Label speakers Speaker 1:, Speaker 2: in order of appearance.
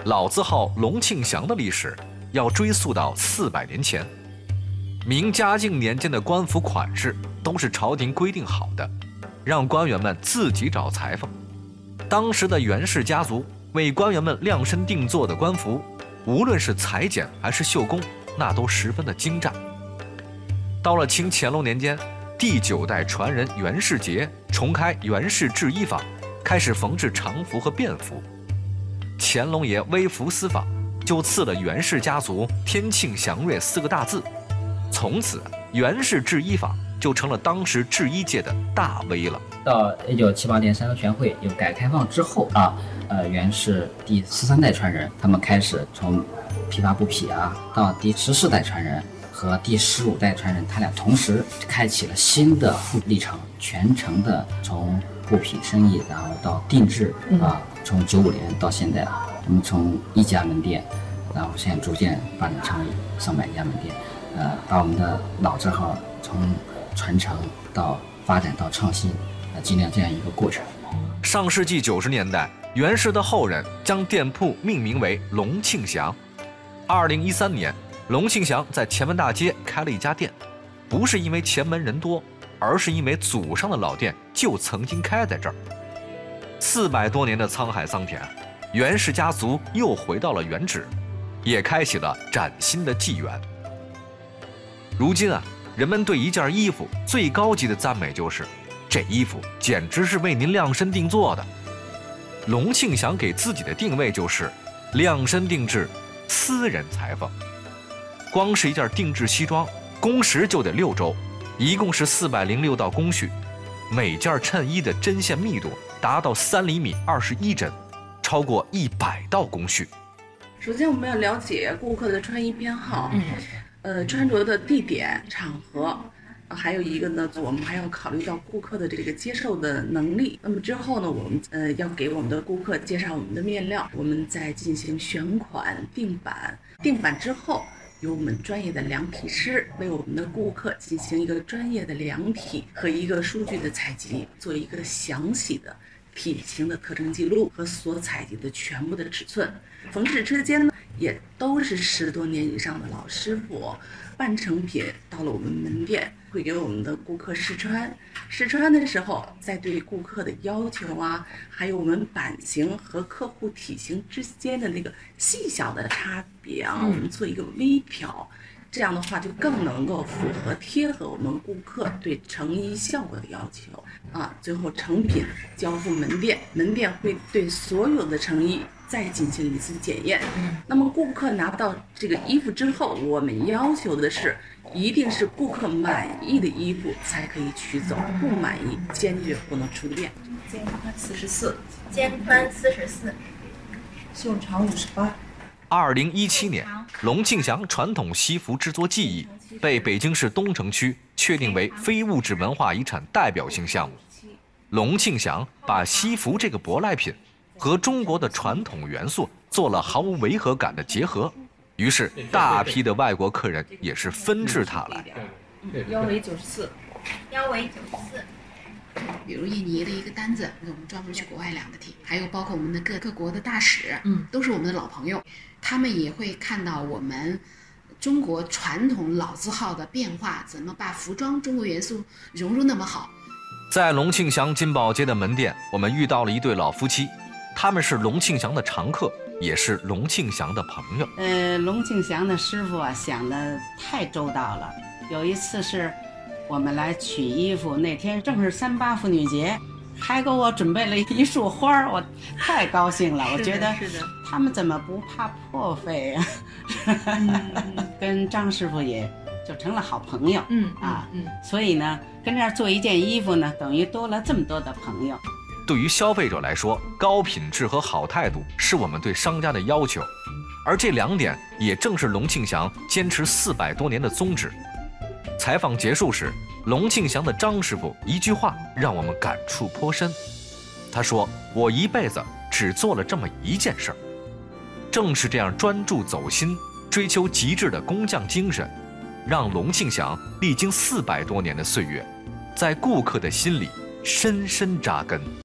Speaker 1: 老字号龙庆祥的历史要追溯到400年前。明嘉靖年间的官服款式都是朝廷规定好的，让官员们自己找裁缝。当时的袁氏家族为官员们量身定做的官服，无论是裁剪还是绣工，那都十分的精湛。到了清乾隆年间，第9代传人袁世杰重开袁氏制衣坊，开始缝制常服和便服。乾隆爷微服私访，就赐了袁氏家族天庆祥瑞4个大字，从此袁氏制衣坊就成了当时制衣界的大 V 了。
Speaker 2: 到1978年三中全会有改革开放之后袁氏第13代传人，他们开始从批发布匹到第14代传人和第15代传人，他俩同时开启了新的历程，全程的从布匹生意，然后到定制从95年到现在，我们从1家门店，然后现在逐渐发展成为上百家门店，把我们的老字号从传承到发展到创新，尽量这样一个过程。
Speaker 1: 上世纪90年代，袁氏的后人将店铺命名为龙庆祥。2013年，龙庆祥在前门大街开了一家店，不是因为前门人多，而是因为祖上的老店就曾经开在这儿。400多年的沧海桑田，袁氏家族又回到了原址，也开启了崭新的纪元。如今人们对一件衣服最高级的赞美就是，这衣服简直是为您量身定做的。龙庆祥给自己的定位就是量身定制，私人裁缝。光是一件定制西装，工时就得6周，一共是406道工序，每件衬衣的针线密度达到3厘米21针，超过100道工序。
Speaker 3: 首先，我们要了解顾客的穿衣偏好，穿着的地点、场合。还有一个呢，我们还要考虑到顾客的这个接受的能力。那么之后呢，我们要给我们的顾客介绍我们的面料，我们再进行选款、定版。定版之后，由我们专业的量体师为我们的顾客进行一个专业的量体和一个数据的采集，做一个详细的体型的特征记录和所采集的全部的尺寸。缝制车间呢，也都是10多年以上的老师傅。半成品到了我们门店，会给我们的顾客试穿。试穿的时候，再对顾客的要求还有我们版型和客户体型之间的那个细小的差别我们做一个微调。这样的话就更能够符合贴合我们顾客对成衣效果的要求最后成品交付门店，门店会对所有的成衣再进行一次检验。那么顾客拿到这个衣服之后，我们要求的是一定是顾客满意的衣服才可以取走，不满意坚决不能出店。
Speaker 4: 肩宽44，
Speaker 5: 肩宽44，
Speaker 4: 袖长58。
Speaker 1: 2017年，龙庆祥传统西服制作技艺被北京市东城区确定为非物质文化遗产代表性项目。龙庆祥把西服这个舶来品和中国的传统元素做了毫无违和感的结合，于是大批的外国客人也是纷至沓来。
Speaker 4: 腰围94，
Speaker 5: 腰围94。
Speaker 6: 比如印尼的一个单子，我们专门去国外量的体，还有包括我们的各国的大使，都是我们的老朋友，他们也会看到我们中国传统老字号的变化，怎么把服装中国元素融入那么好。
Speaker 1: 在龙庆祥金宝街的门店，我们遇到了一对老夫妻，他们是龙庆祥的常客，也是龙庆祥的朋友。
Speaker 7: 龙庆祥的师傅想得太周到了。有一次是我们来取衣服，那天正是38妇女节，还给我准备了一束花，我太高兴了。我觉得他们怎么不怕破费啊？跟张师傅也就成了好朋友。所以呢，跟这儿做一件衣服呢，等于多了这么多的朋友。
Speaker 1: 对于消费者来说，高品质和好态度是我们对商家的要求，而这2点也正是龙庆祥坚持400多年的宗旨。采访结束时，龙庆祥的张师傅一句话让我们感触颇深。他说：“我一辈子只做了这么一件事儿。”正是这样专注走心、追求极致的工匠精神，让龙庆祥历经400多年的岁月，在顾客的心里深深扎根。